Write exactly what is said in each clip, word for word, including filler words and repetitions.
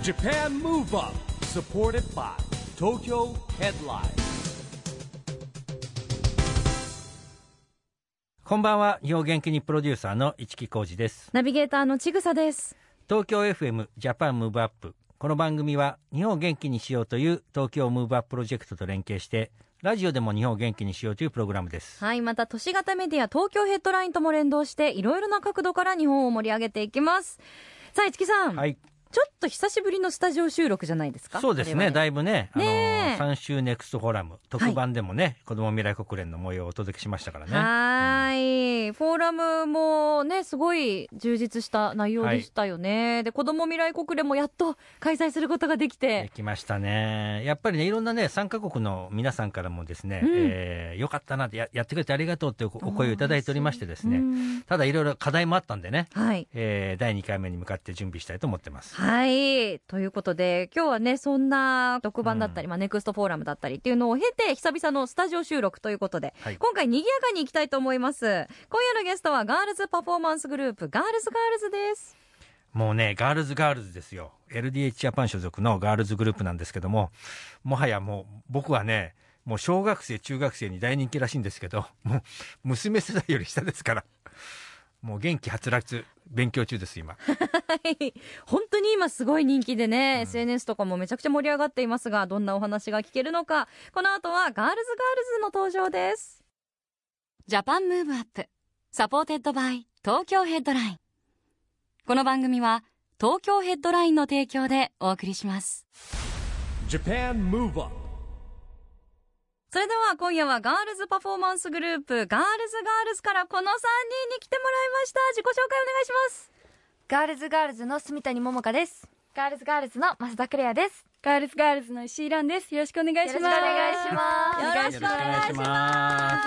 Japan Move Up supported by Tokyo Headline。 こんばんは。日本元気にプロデューサーの市木浩司です。 ナビゲーターのちぐさです。 東京 エフエム ジャパンムーブアップ。この番組は日本を元気にしようという東京ムーブアッププロジェクトと連携してラジオでも日本を元気にしようというプログラムです。 はい、また都市型メディア東京ヘッドラインとも連動していろいろな角度から日本を盛り上げていきます。さあ市木さん、 はい、 ちょっと久しぶりのスタジオ収録じゃないですか。 そうですね、だいぶね、あのねー、さん週ネクストフォーラム特番でもね、はい、子ども未来国連の模様をお届けしましたからね。 はい、うん、フォーラムもねすごい充実した内容でしたよね、はい、で子ども未来国連もやっと開催することができてできましたね。やっぱりねいろんなね参加国の皆さんからもですね、うん、えー、よかったなって や, やってくれてありがとうってお声をいただいておりましてですね、うん、ただいろいろ課題もあったんでね、はい、えー、だいにかいめに向かって準備したいと思ってます。 はい、ということで今日はねそんな特番だったり、うん、まあ、ネクストフォーラムだったりっていうのを経て久々のスタジオ収録ということで、はい、今回賑やかにいきたいと思います。今夜のゲストはガールズパフォーマンスグループガールズガールズです。 もうねガールズガールズですよ。 エルディーエイチ ジャパン所属のガールズグループなんですけども、もはやもう僕はねもう小学生中学生に大人気らしいんですけど、もう娘世代より下ですからもう元気はつらつ勉強中です今。 はい本当に今すごい人気でね、うん、エスエヌエス とかもめちゃくちゃ盛り上がっていますが、どんなお話が聞けるのか、この後はガールズガールズの登場です。ジャパンムーブアップサポーテッドバイ東京ヘッドライン。この番組は東京ヘッドラインの提供でお送りします。 Japan Move Up。 それでは今夜はガールズパフォーマンスグループガールズガールズからこのさんにんに来てもらいました。自己紹介お願いします。 ガールズガールズの住谷桃香です。ガールズガールズの増田クレアです。ガールズガールズの石井蘭です。よろしくお願いします。よろしくお願いします。 よろしくお願いします。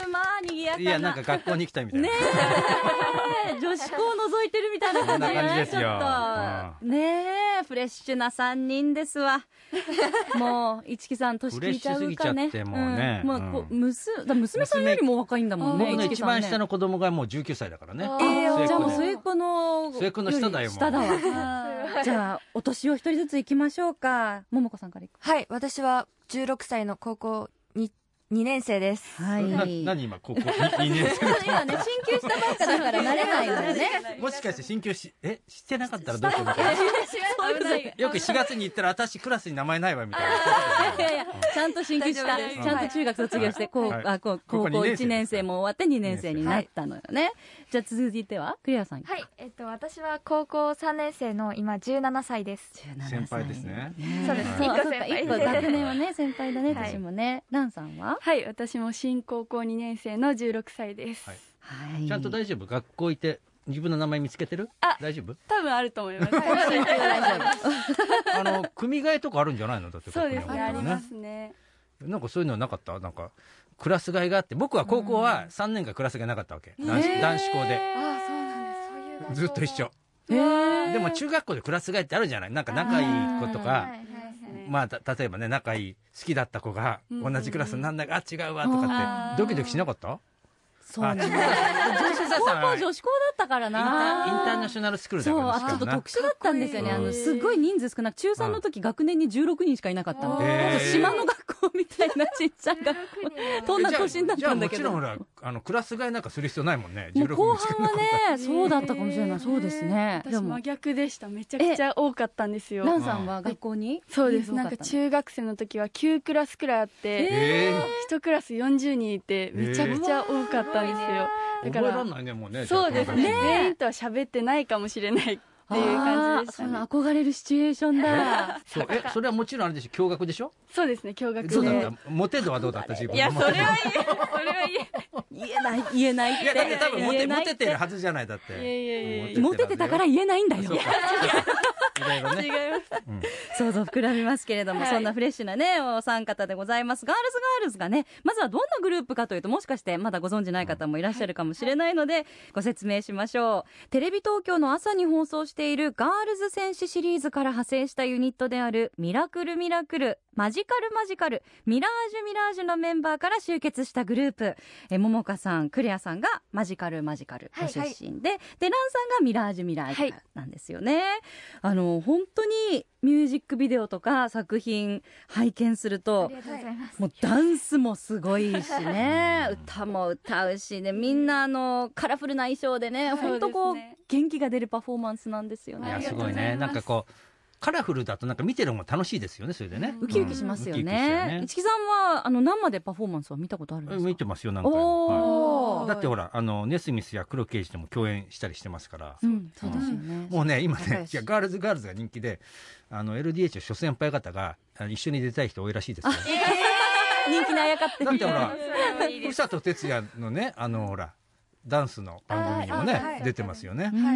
まあにぎやかな、 いやなんか学校に来たみたいなねえ女子校覗いてるみたいな感じそんな感じですよ、 うん、ねえフレッシュなさんにんですわ。もう市木さん年聞いちゃうかね。 フレッシュすぎちゃってもうね、 うん、もうこう娘、だ娘さんよりも若いんだもんね。 僕の一番下の子供がもうじゅうきゅうさいだからね。 えー、じゃあもう末っ子の末っ子の下だよ。 下だわ。じゃあお年を一人ずついきましょうか。桃子さんからいく。 はい、私はじゅうろくさいの高校ににねん生です。 はい。 な何今高校にねん生今ね進級したばっかだから慣れないのよね。 もしかして進級しえしてなかったらどうするのかな。よくしがつに行ったら私クラスに名前ないわみたいな。 いやいやちゃんと進級した。ちゃんと中学卒業して、こう、あこう高校いちねん生も終わってにねん生になったのよね。じゃあ続いてはクレアさん。 はい、えっと私は高校さんねん生の今じゅうななさいです。 先輩ですね。 そうです。一個先輩。 一個学年はね先輩だね。私もね。ランさんは。 はい、私も新高校にねん生のじゅうろくさいです。 はい。ちゃんと大丈夫？学校行って自分の名前見つけてる？ あ、 大丈夫？ 多分あると思います。 あの組替えとかあるんじゃないの？だってそうですね、ありますね。 なんかそういうのはなかった？なんかクラス替えがあって、僕は高校はさんねんかんクラス替えなかったわけ。男子、男子校で。 ああそうなんです。そういうずっと一緒。でも中学校でクラス替えってあるじゃない。なんか仲いい子とか。まあ、例えばね仲いい好きだった子が同じクラスになんだか、あ違うわとかってドキドキしなかった？ そうなんだ。高校女子校だったからな。 インタ、インターナショナルスクールだから。 そう、ちょっと特殊だったんですよね。あのすごい人数少なく、中さんの時学年にじゅうろくにんしかいなかったの。島の学校みたいなちっちゃい学校。そんな年になったんだけど。 じゃあもちろんほらあのクラス替えなんかする必要ないもんね。 もう後半はね、そうだったかもしれない。そうですね。 私真逆でした。めちゃくちゃ多かったんですよ。 ランさんは学校に？ そうです。なんか中学生の時はきゅうクラスくらいあって、一クラスよんじゅうにんいてめちゃくちゃ多かったんですよ。 だから覚えらんないねもうね。 そうですね。全員とは喋ってないかもしれないっていう感じでしたね。 憧れるシチュエーションだ。 そうえそれはもちろんあれでしょ、共学でしょ？ そうですね、共学で。 どうだった？モテ度はどうだった？自分。 いやそれは言えそれは言えない言えないって。 いやだって多分モテモテてるはずじゃない。だって。 いやいやいやモテてたから言えないんだよ。 いろいろね。 違います。 想像膨らみますけれども、そんなフレッシュなねお三方でございます。ガールズガールズがね、まずはどんなグループかというと、もしかしてまだご存じない方もいらっしゃるかもしれないのでご説明しましょう。テレビ東京の朝に放送しているガールズ戦士シリーズから派生したユニットであるミラクルミラクルマジカルマジカルミラージュミラージュのメンバーから集結したグループ、えももかさんクレアさんがマジカルマジカルご出身で、はいはい、でランさんがミラージュミラージュなんですよね、はい、あの本当にミュージックビデオとか作品拝見すると、もうダンスもすごいしね歌も歌うしね、みんなあのカラフルな衣装でね、本当こう元気が出るパフォーマンスなんですよね。 いやすごいね、なんかこうカラフルだとなんか見てるのも楽しいですよね、それでね、 ウキウキしますよね。市木さんはあの生でパフォーマンスは見たことあるんですか？ 見てますよ、何回も、はい、だってほらあのネスミスや黒刑事とも共演したりしてますから、 うん、そうですよね、 もうね今ね、いやガールズガールズが人気で、あの エルディーエイチ の諸先輩方が一緒に出たい人多いらしいですよ。 人気にあやかってだってほら古里哲也のね、あのほらダンスの番組にもね、はい、出てますよね。 うん、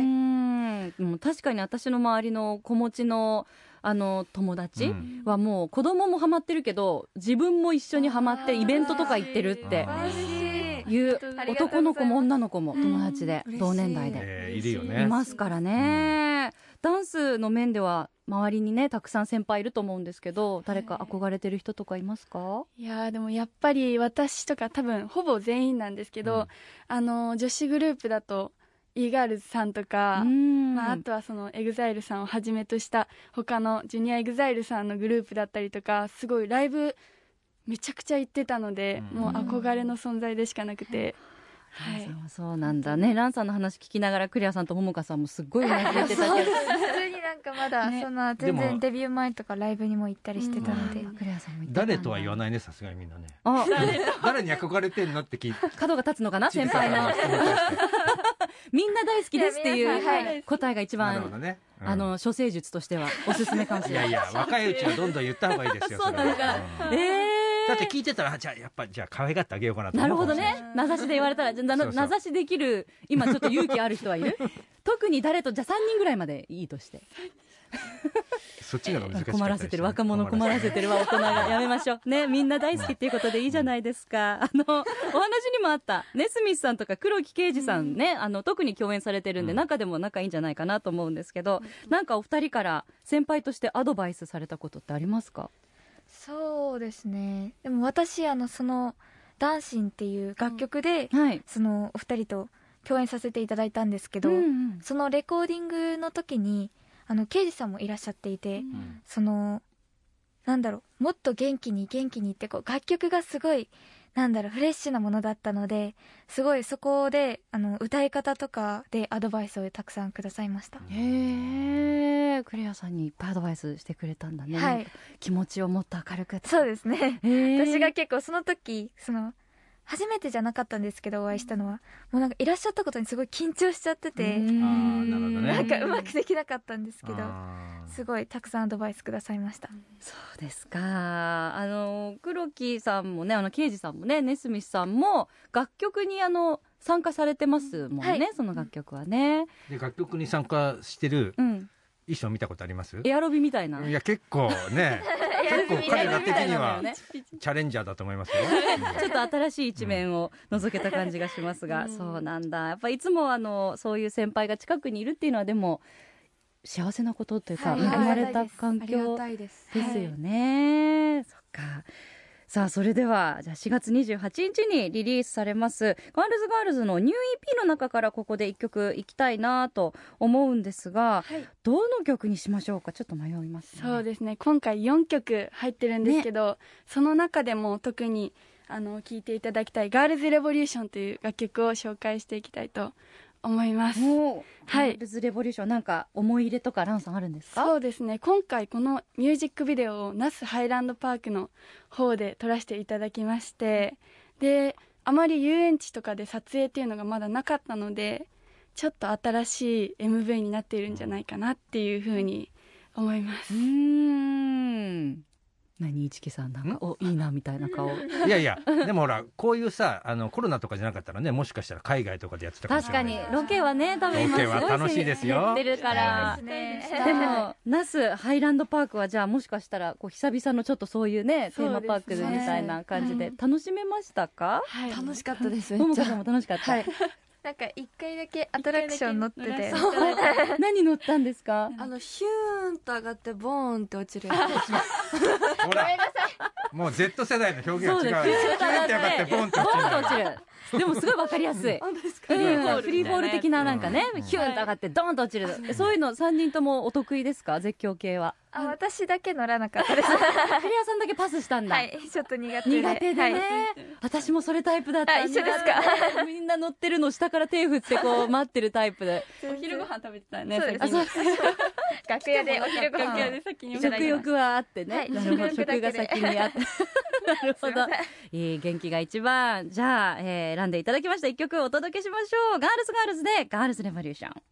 もう確かに私の周りの子持ちのあの友達はもう子供もハマってるけど自分も一緒にハマってイベントとか行ってるっていう男の子も女の子も友達で同年代で、 えー、いるよね、 いますからね、うん、ダンスの面では周りにねたくさん先輩いると思うんですけど、誰か憧れてる人とかいますか？ いやでもやっぱり私とか多分ほぼ全員なんですけど、うん、あの女子グループだとe ガールズさんとか、まあ、あとはその エグザイル さんをはじめとした他のジュニア エグザイル さんのグループだったりとか、すごいライブめちゃくちゃ行ってたので、もう憧れの存在でしかなくて、 はい、そうなんだね。ランさんの話聞きながらクレアさんとももかさんもすっごいうなずいてたけど普通になんかまだ、ね、その全然デビュー前とかライブにも行ったりしてたので、 クレアさんも行ってたんだ。 誰とは言わないね、さすがにみんなね。 あ誰に憧れてんのって聞いて角が立つのかな、先輩のみんな大好きですっていう答えが一番、ね、うん、あの処世術としてはおすすめかもしれない。 いやいや若いうちはどんどん言った方がいいですよ。 そうなんか、うん、えー、 だって聞いてたら、じゃあやっぱじゃあ可愛がってあげようかなと思う。 なるほどね、名指しで言われたら、じゃな名指しできる今ちょっと勇気ある人はいる特に誰と、じゃあさんにんぐらいまでいいとしてそっちが難しかった、ね、 困らせてる、若者困らせてるわ、大人がやめましょうね。みんな大好きっていうことでいいじゃないですか。あのお話にもあったネスミスさんとか黒木啓司さんね、あの特に共演されてるんで、うん、中でも仲いいんじゃないかなと思うんですけど、うん、なんかお二人から先輩としてアドバイスされたことってありますか？ そうですね、でも私あのそのダンシンっていう楽曲で、うん、はい、そのお二人と共演させていただいたんですけど、うんうん、そのレコーディングの時にあの刑事さんもいらっしゃっていて、うん、そのなんだろう、もっと元気に元気にってこう楽曲がすごいなんだろうフレッシュなものだったので、すごいそこであの歌い方とかでアドバイスをたくさんくださいました。 へえ、クレアさんにいっぱいアドバイスしてくれたんだね、はい、気持ちをもっと明るく。 そうですね、私が結構その時その初めてじゃなかったんですけどお会いしたのは、もうなんかいらっしゃったことにすごい緊張しちゃってて、 あなるほどね、 なんかうまくできなかったんですけど、すごいたくさんアドバイスくださいました。 そうですか。あの黒木さんもね、あの刑事さんもね、ネスミスさんも楽曲にあの参加されてますもんね、はい、その楽曲はね。 で楽曲に参加してる、うん、衣装見たことあります？ エアロビみたいな。 いや結構ね結構彼ら的にはチャレンジャーだと思いますよちょっと新しい一面を覗けた感じがしますが、うん、そうなんだ。やっぱいつもあのそういう先輩が近くにいるっていうのはでも幸せなことというか、はい、恵まれた環境ですよね、はい、そっか。さあそれではじゃあしがつにじゅうはちにちにリリースされますガールズガールズのニュー イーピー の中からここでいっきょくいきたいなと思うんですが、はい、どの曲にしましょうか。ちょっと迷います、ね、 そうですね、今回よんきょく入ってるんですけど、ね、その中でも特にあの聴いていただきたいガールズレボリューションという楽曲を紹介していきたいと思います。 はい、ガールズレボリューション、なんか思い入れとかランさんあるんですか？ そうですね、今回このミュージックビデオを那須ハイランドパークの方で撮らせていただきまして、であまり遊園地とかで撮影っていうのがまだなかったので、ちょっと新しい エムブイ になっているんじゃないかなっていうふうに思います。 うーん、何市木さんなんかおいいなみたいな顔。 いやいやでもほらこういうさあのコロナとかじゃなかったらね、もしかしたら海外とかでやってたかもしれない。 確かにロケはね、多分今すごいロケは楽しいですよ。 減ってるから。で, ね、でも那須ハイランドパークはじゃあもしかしたらこう久々のちょっとそういうねテーマパークみたいな感じで楽しめましたか？ はい、楽しかったです。 ももかさんも楽しかった。はい、 なんか一回だけアトラクション乗ってて、 何乗ったんですか？ あのヒューュンと上がってボーンって落ちるやつ。 ほらもう Z 世代の表現は違う。 そうだキュンって上がってボンって落ちる。 ボンと落ちる。でもすごいわかりやすい。 本当ですか？ フリーフォール、フリーフォール的ななんかね、ヒュンと上がってドーンと落ちる。そういうのさんにんともお得意ですか？絶叫系は。 あ、私だけ乗らなかったです。 クリアさんだけパスしたんだ。 はい、ちょっと苦手で。 苦手でね、はい、私もそれタイプだったんだ。 あ、一緒ですか？ みんな乗ってるの下から手振ってこう待ってるタイプで。 お昼ご飯食べてたね。 そうですね。楽屋でお昼ご飯。 楽屋で先に食欲はあってね。 はい、 なるほど、食が先にあって。なるほど。いい元気が一番。じゃあ、えー、選んでいただきました一曲お届けしましょう。ガールズガールズでガールズレボリューション。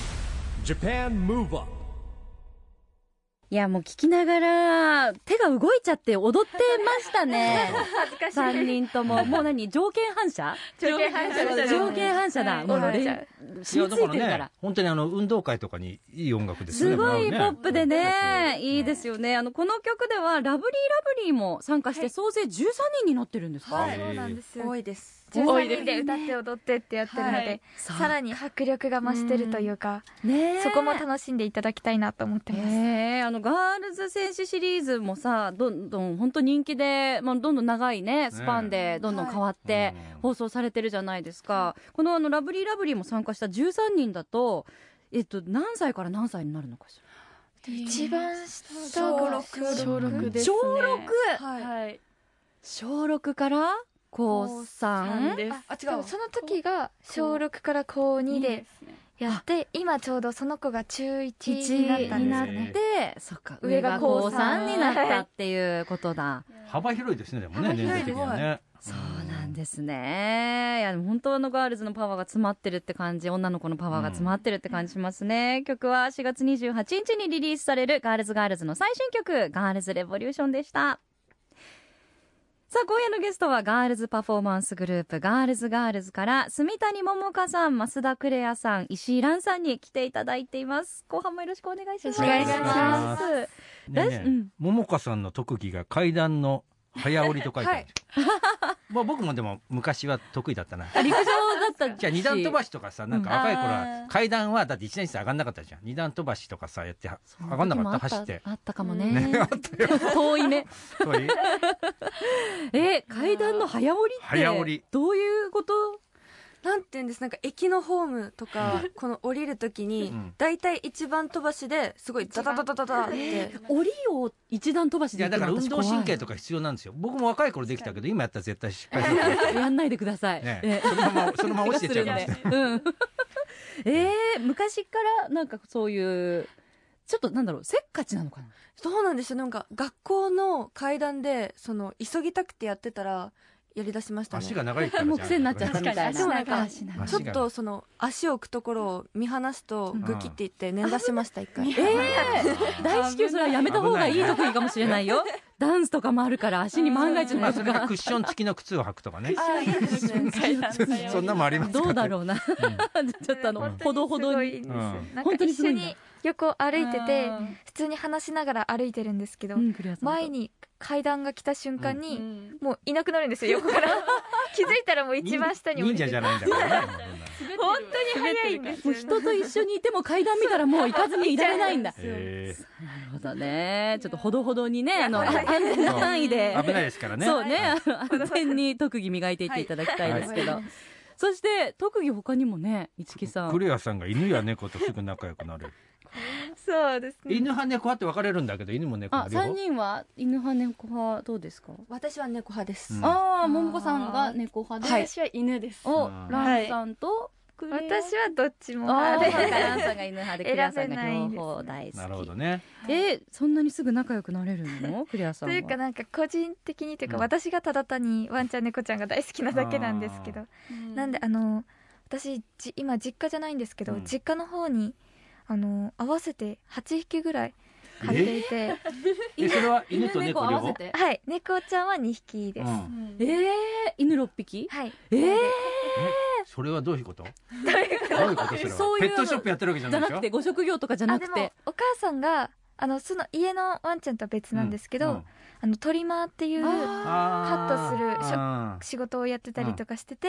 Japan Move Up。 いや、もう聞きながら手が動いちゃって踊ってましたね。 恥ずかしい。 さんにんとも。もう何条件反射条件反射だ。 条件反射だ。もうね、染みついてるから。 本当にあの運動会とかにいい音楽ですね。 すごいポップでね、いいですよね。あのこの曲ではラブリーラブリーも参加して総勢じゅうさんにんになってるんですか？ はい、そうなんですよ。 多いです。 じゅうさんにんで歌って踊ってってやってるので、さらに迫力が増してるというか、ね、そこも楽しんでいただきたいなと思ってます。 えー、あのガールズ戦士シリーズもさ、どんどん本当人気で、まあ、どんどん長いねスパンでどんどん変わって放送されてるじゃないですか。このあのラブリーラブリーも参加したじゅうさんにんだと、えっと何歳から何歳になるのかしら。 一番下が小ろくですね。 小ろく、 はい、 小ろくから高さんです。 あ、違う。その時が小ろくから高にでやって、今ちょうどその子が中いちになったんですよね。 で、そっか、上が高さんになったっていうことだ。 幅広いですね、でもね、年齢的にはね。 そうなんですね。いや、本当のガールズのパワーが詰まってるって感じ、女の子のパワーが詰まってるって感じしますね。うん、曲はしがつにじゅうはちにちにリリースされるガールズガールズの最新曲、ガールズレボリューションでした。さあ、今夜のゲストはガールズパフォーマンスグループガールズガールズから住谷桃香さん、増田クレアさん、石井蘭さんに来ていただいています。後半もよろしくお願いします。 お願いします。 ねえねえ、うん、桃香さんの特技が階段の早降りと書いてある。はい、まあ僕もでも昔は得意だったな。 陸上だったし。 じゃあ二段飛ばしとかさ、なんか若い頃は階段はだって一年生上がんなかったじゃん。二段飛ばしとかさやって上がんなかった、走って。 あったかもね。 ね、あったよ。 遠い目。 遠い。 え、階段の早降りって早降りどういうこと？ なんて言うんです、なんか駅のホームとかこの降りるときにだいたい一番飛ばしですごいダダダダダダって降りを一段飛ばしでいやだから運動神経とか必要なんですよ。僕も若い頃できたけど今やったら絶対失敗する。 やんないでください。 ね、そのままそのまま落ちてっちゃうかもしれない。うん、 えー、昔からなんかそういうちょっとなんだろうせっかちなのかな。 そうなんですよ。なんか学校の階段でその急ぎたくてやってたらやり出しましたね。 足が長いからもう癖になっちゃったみたいな。 でもなんかちょっとその足を置くところを見放すとグキっていって捻挫しました一回。 えー、大至急それはやめた方がいい特技かもしれないよ。ダンスとかもあるから足に万が一のことが。 クッション付きの靴を履くとかね。 あ、いいですね。 そんなもありますか。 どうだろうな。ちょっとあのほどほどに。 本当に一緒に横歩いてて普通に話しながら歩いてるんですけど、前に階段が来た瞬間に、うん、もういなくなるんですよ横から気づいたらもう一番下に降りてて忍者じゃないんだからね本当に早いんですよ。 もう人と一緒にいても階段見たらもう行かずにいられないんだ。えー、なるほどね。ちょっとほどほどにね、あの安全な範囲で危ないですからね。 そうね、安全に特技磨いていっていただきたいですけど、はいはい、そして特技他にもね、市木さん、 クレアさんが犬や猫とすぐ仲良くなる。 そうですね。 犬派猫派って分かれるんだけど、犬も猫派。 あ、三人は犬派猫派どうですか？ 私は猫派です。 うん、ああ、桃子さんが猫派で、 はい、私は犬です。 お、ランさんとクレア、私はどっちも派で、 ランさんが犬派でクレアさんが両方大好き。 なるほどね。 えー、そんなにすぐ仲良くなれるの？クレアさんは。 というかなんか個人的にというか、うん、私がただ単にワンちゃん猫ちゃんが大好きなだけなんですけど、なんであの私じ今実家じゃないんですけど、うん、実家の方にあの合わせてはちひきぐらい飼っていて、 えそれは犬と猫両方？ はい、猫ちゃんはにひきです。うん、 えー、犬ろっぴき？ はい。 えー、えそれはどういうこと？どういうこと？それはそういうペットショップやってるわけじゃないでしょ？ じゃなくてご職業とかじゃなくて、でもお母さんがあのその家のワンちゃんとは別なんですけど、うんうん、あのトリマーっていうカットする仕事をやってたりとかしてて、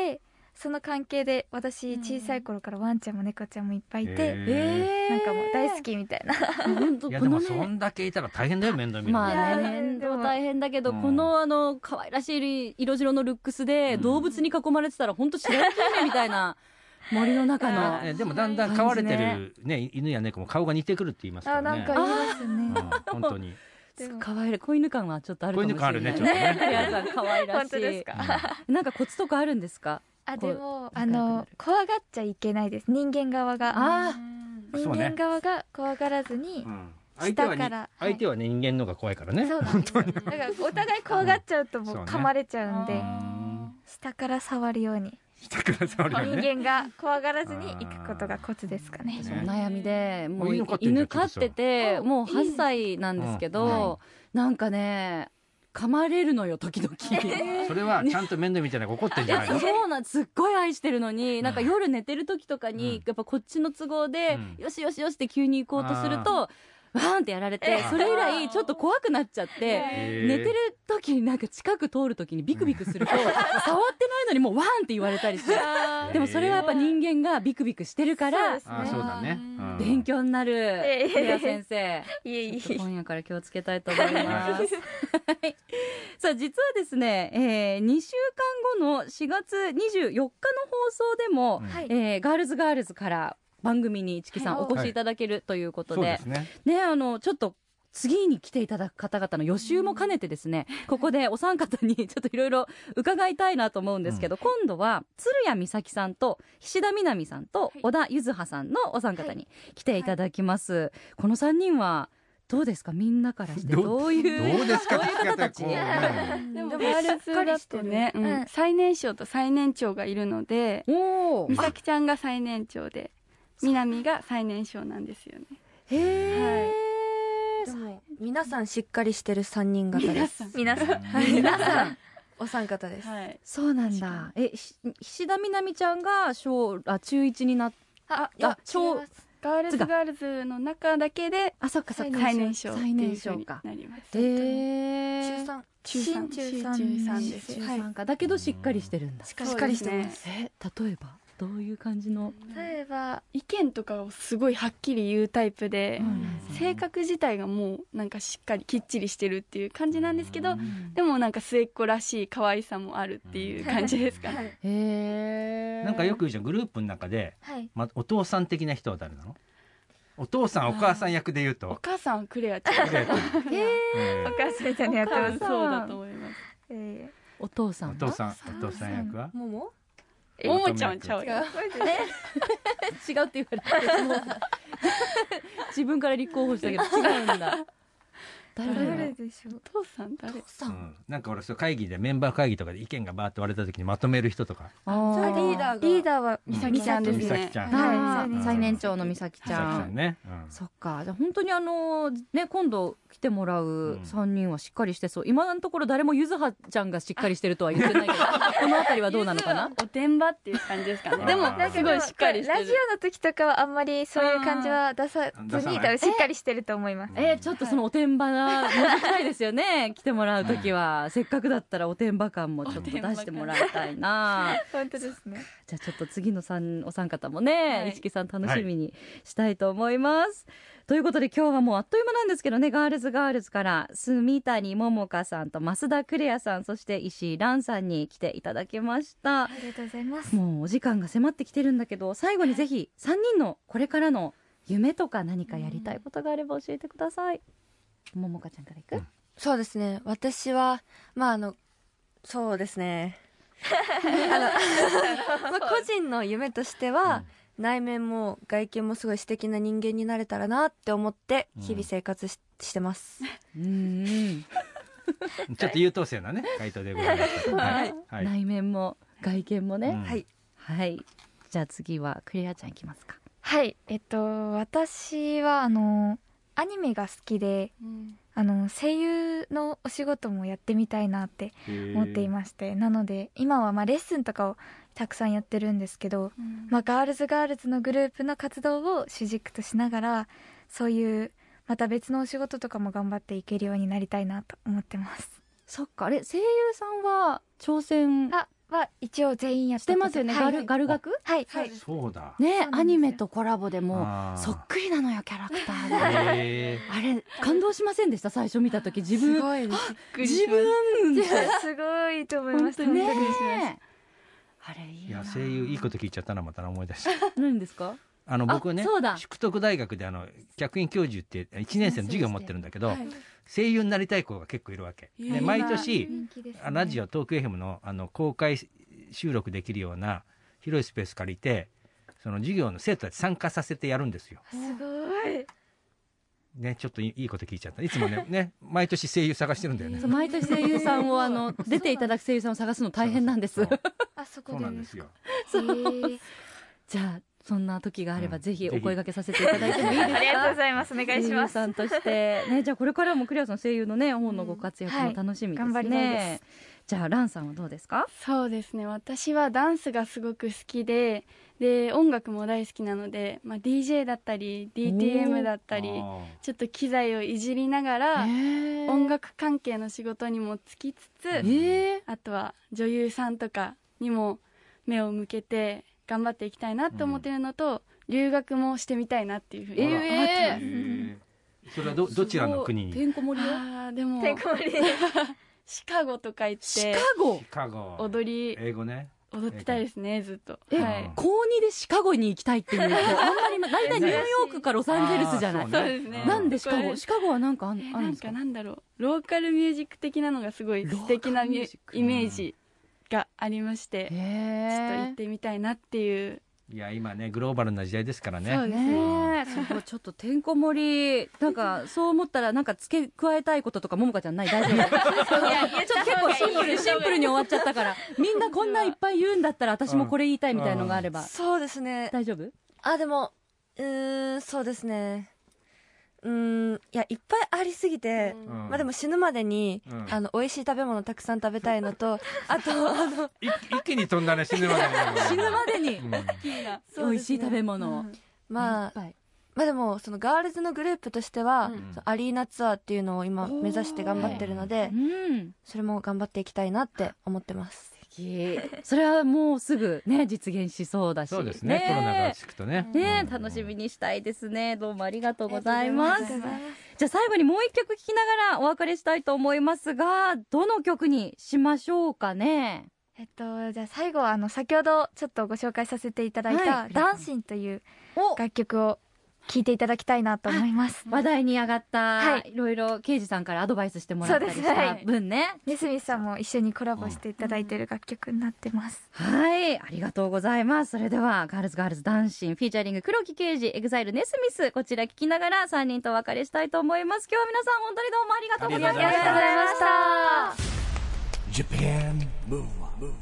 その関係で私小さい頃からワンちゃんも猫ちゃんもいっぱいいて、 えなんかもう大好きみたいな。 いやでもそんだけいたら大変だよ、面倒見るの。 まあね、面倒大変だけど、 うん、 このあの可愛らしい色白のルックスで動物に囲まれてたら本当白雪姫みたいな森の中のえでもだんだん飼われてる、ね、犬や猫も顔が似てくるって言いますからね。 あ、なんか言いますね、 うん、本当に可愛い子犬感はちょっとあるかもしれない。 子犬感あるね、ちょっとね。 皆さん可愛らしい。 本当ですか。 なんかコツとかあるんですか？ あ、でもあの怖がっちゃいけないです、人間側が。 あ人間側が怖がらずに、 相手はに相手は人間の方が怖いからね。 そうなんですよ。だからお互い怖がっちゃうともう噛まれちゃうんで、下から触るように。 下から触るようにね。 人間が怖がらずに行くことがコツですかね。 そう悩みでもう犬飼ってんじゃん犬飼っててもうはっさいなんですけど、なんかね噛まれるのよ時々。 それはちゃんと面倒見てないから怒ってんじゃないの？ そうなん、すっごい愛してるのに、なんか夜寝てる時とかに、やっぱこっちの都合で、よしよしよしって急に行こうとするとワーンってやられて、それ以来ちょっと怖くなっちゃって、寝てる時になんか近く通る時にビクビクすると触ってないのにもうワーンって言われたりして、でもそれはやっぱ人間がビクビクしてるからあ、そうだね、 勉強になる。クレア先生、 いえいえ、 今夜から気をつけたいと思いますさあ実はですね、えー、にしゅうかんごのしがつにじゅうよっかの放送でも、はい、えー、ガールズガールズから番組に市木さん、はい、お越しいただけるということで、はい、ね、ね、あのちょっと次に来ていただく方々の予習も兼ねてですね、うん、ここでお三方にちょっといろいろ伺いたいなと思うんですけど、うん、今度は鶴谷美咲さんと菱田みなみさんと小田柚葉さんのお三方に来ていただきます、はいはい、このさんにんはどうですか、みんなからしてどういうどうですかどういう方たち？ でもガールズだとね、うん、最年少と最年長がいるので、美咲ちゃんが最年長でみなみが最年少なんですよね。 へー、はい、 でも皆さんしっかりしてるさんにん方です。 皆さん皆さんお三方です、 はい、そうなんだ。え、菱田みなみちゃんが小あ中いちになっああ小ガールズガールズの中だけで、 あ、そっかそっか、 最年少最年少かなります。 えー、中さん中さん中さんです。 中さんか、だけどしっかりしてるんだ。 しっかりしてます。 え、例えばどういう感じの？ 例えば意見とかをすごいはっきり言うタイプで、うん、性格自体がもうなんかしっかりきっちりしてるっていう感じなんですけど、うん、でもなんか末っ子らしい可愛さもあるっていう感じですかね。 へー、 なんかよく言うじゃん、グループの中で、 はい、 ま、お父さん的な人は誰なの？お父さんお母さん役で言うと、 お母さんはクレアちゃん。 クレアちゃん、 えー、お母さんみたいにやってます。 そうだと思います。 えー、お父さんお父さんお父さん役はももももちゃんちゃうよ。 違うって言われて自分から立候補したけど違うんだ。 誰でしょう？ お父さん誰？ うん、なんか俺そう会議でメンバー会議とかで意見がバーって割れた時にまとめる人とか。 あー、リーダーがリーダーは美咲ちゃんですね。 美咲ちゃん、 はい、最年長の美咲ちゃん。 美咲ちゃんね、うん、 そっか。じゃあ本当にあのね、今度来てもらうさんにんはしっかりしてそう。今のところ誰もゆずはちゃんがしっかりしてるとは言ってないけどこのあたりはどうなのかな？ おてんばっていう感じですかね。でもすごいしっかりしてる。 ラジオの時とかはあんまりそういう感じは出さずに多分しっかりしてると思います。 えー、ちょっとそのおてんばな覗きたいですよね。来てもらう時はせっかくだったらおてんば感もちょっと出してもらいたいな。 本当ですね。 じゃあちょっと次のさんお三方もね、市木さん楽しみにしたいと思います、はい、ということで今日はもうあっという間なんですけどね、ガールズガールズから住谷桃香さんと増田クレアさん、そして石井蘭さんに来ていただきました。 ありがとうございます。 もうお時間が迫ってきてるんだけど、最後にぜひさんにんのこれからの夢とか何かやりたいことがあれば教えてください。桃香ちゃんからいく？うん、 そうですね、私はまああのそうですねあのまあ個人の夢としては、うん、内面も外見もすごい素敵な人間になれたらなって思って日々生活 し,、うん、してます。 うんちょっと優等生なね回答でございました、 はいはい、内面も外見もね、うん、 はい、 はい、じゃあ次はクレアちゃんいきますか。 はい、えっと私はあのアニメが好きで、うん、あの声優のお仕事もやってみたいなって思っていまして、なので今はまあレッスンとかをたくさんやってるんですけど、うん、まあ、ガールズガールズのグループの活動を主軸としながら、そういうまた別のお仕事とかも頑張っていけるようになりたいなと思ってます。 そっか、あれ声優さんは挑戦あは一応全員やってしてますよね、 はい、 ガルガル学はい、 はい、 そうだね、アニメとコラボでもあーそっくりなのよキャラクターがへあれ感動しませんでした？最初見た時自分すごいです自分ってすごいと思いました。 本当にね本当にしましたあれいいいやな。 声優いいこと聞いちゃったな、また思い出した何ですか？ あの僕ねあそうだ淑徳大学であの客員教授っていちねん生の授業を持ってるんだけど、声優になりたい子が結構いるわけで、毎年人気ですねラジオ東京 エフエム の, あの公開収録できるような広いスペース借りて、その授業の生徒たち参加させてやるんですよ。 すごいね、ちょっといいこと聞いちゃった。いつも ね, ね毎年声優探してるんだよね。 そう毎年声優さんをあの出ていただく声優さんを探すの大変なんです。 そうそうあそこそうでなんですよ。 そうじゃあそんな時があれば、 うんぜひお声掛けさせていただいてもいいですか？ ありがとうございます。お願いし声優ます。 さんとしてね、じゃあこれからもクレアさん声優のね方のご活躍も楽しみですね。 うんはい頑張りたいです。 じゃあランさんはどうですか？ そうですね、私はダンスがすごく好きで、で音楽も大好きなので、まあ、ディージェー だったり ディーティーエム だったりあちょっと機材をいじりながら音楽関係の仕事にもつきつつ、 えー、 あとは女優さんとかにも目を向けて頑張っていきたいなって思ってるのと、うん、留学もしてみたいなっていうふうに思ってます、 えーそれは ど, どちらの国に？ てんこ盛りよ。 あーでもてんこ盛りシカゴとか行っシてカゴシカゴ踊り英語ね。 踊ってたいですね、ずっと。 え、 はい、 高にでシカゴに行きたいっていうとあんまり大体ニューヨークかロサンゼルスじゃない？ あーそうですね。 なんでシカこれゴシカゴはなんかあんえあるんですか？ なんかなんだろう、ローカルミュージック的なのがすごい素敵なミュローカルミュージックイメージがありまして、ちょっと行へってみたいなっていう。 いや今ねグローバルな時代ですからね。 そうですねえ、そこちょっとてんこ盛りなんかそう思ったらなんか付け加えたいこととかももかちゃんない？大丈夫？ちょっと結構シンプルシンプルに終わっちゃったからみんなこんないっぱい言うんだったら私もこれ言いたいみたいのがあればそうですね。 大丈夫？ あでもうーんそうですね。うーんいやいっぱいありすぎて、 うんまあでも死ぬまでに、 うんあの美味しい食べ物たくさん食べたいのとあとあのい一気に飛んだね死ぬまでに。 死ぬまでにうん美味しい食べ物をまあいっぱいまあでもそのガールズのグループとしては、 うんそのアリーナツアーっていうのを今目指して頑張ってるので、 うんそれも頑張っていきたいなって思ってます。 それはもうすぐね実現しそうだしそうですねコロナが落ち着くとね。 ねうん楽しみにしたいですね。どうもありがとうございますありがとうございます。 じゃあ最後にもう一曲聴きながらお別れしたいと思いますが、どの曲にしましょうかね？ えっとじゃあ最後はあの先ほどちょっとご紹介させていただいたはい 「ダンシン」というお楽曲を聴いていただきたいなと思います。 話題に上がった、 はいいろいろ刑事さんからアドバイスしてもらったりしそうですたはい分ね。 ネスミスさんも一緒にコラボしていただいている楽曲になってます。 はいありがとうございます。それではガールズガールズダンシンフィーチャリング黒木刑事エグザイルネスミス、こちら聴きながらさんにんとお別れしたいと思います。今日は皆さん本当にどうもありがとうございました。 ありがとうございました Japan Move Up。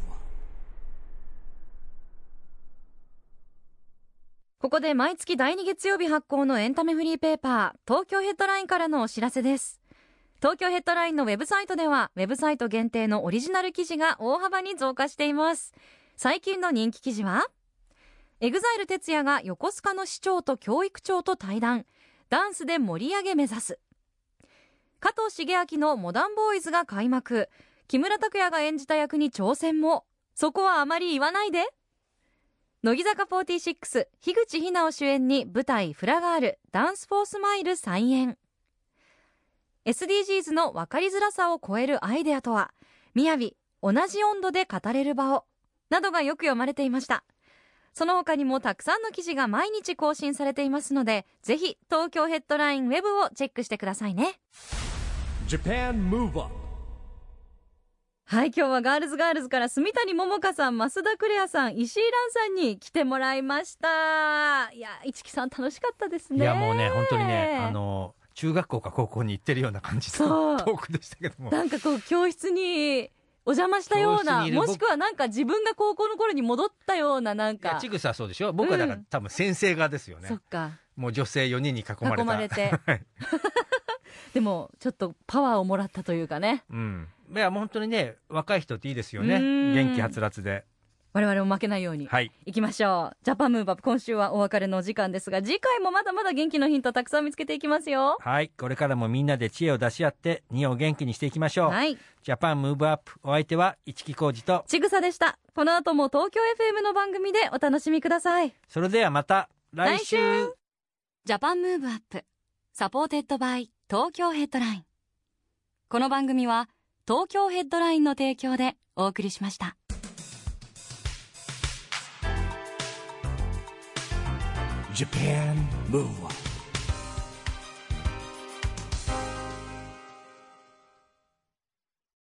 ここで毎月だいに月曜日発行のエンタメフリーペーパー東京ヘッドラインからのお知らせです。東京ヘッドラインのウェブサイトではウェブサイト限定のオリジナル記事が大幅に増加しています。最近の人気記事はエグザイル哲也が横須賀の市長と教育長と対談、ダンスで盛り上げ目指す。加藤茂明のモダンボーイズが開幕、木村拓哉が演じた役に挑戦も、そこはあまり言わないで。乃木坂フォーティーシックス樋口日奈を主演に舞台フラガールダンスフォースマイル再演。 エスディージーズ の分かりづらさを超えるアイデアとは、みやび同じ温度で語れる場をなどがよく読まれていました。その他にもたくさんの記事が毎日更新されていますので、ぜひ東京ヘッドラインウェブをチェックしてくださいね。 Japan Move Up。 はい、今日はガールズガールズから住谷桃香さん、増田クレアさん、石井蘭さんに来てもらいました。いや、市木さん楽しかったですね。 いやもうね本当にねあの中学校か高校に行ってるような感じそうのトークでしたけども、 なんかこう教室にお邪魔したよう教室な、 にいるもしくはなんか自分が高校の頃に戻ったような、なんいやかちぐさはそうでしょ。僕はだから、 うん多分先生側ですよね。 そっか、 もう女性よにんに囲まれた囲まれてでもちょっとパワーをもらったというかね。 うん、いやもう本当にね若い人っていいですよね。 うん元気はつらつで。 我々も負けないようにいきましょう、はい、ジャパンムーブアップ、今週はお別れの時間ですが、次回もまだまだ元気のヒントたくさん見つけていきますよ。 はい、これからもみんなで知恵を出し合って日本を元気にしていきましょう、はい、ジャパンムーブアップ、お相手は市木浩二とちぐさでした。この後も東京 エフエム の番組でお楽しみください。 それではまた来週。来週ジャパンムーブアップサポーテッドバイ東京ヘッドライン。この番組は東京ヘッドラインの提供でお送りしました。 Japan Move Up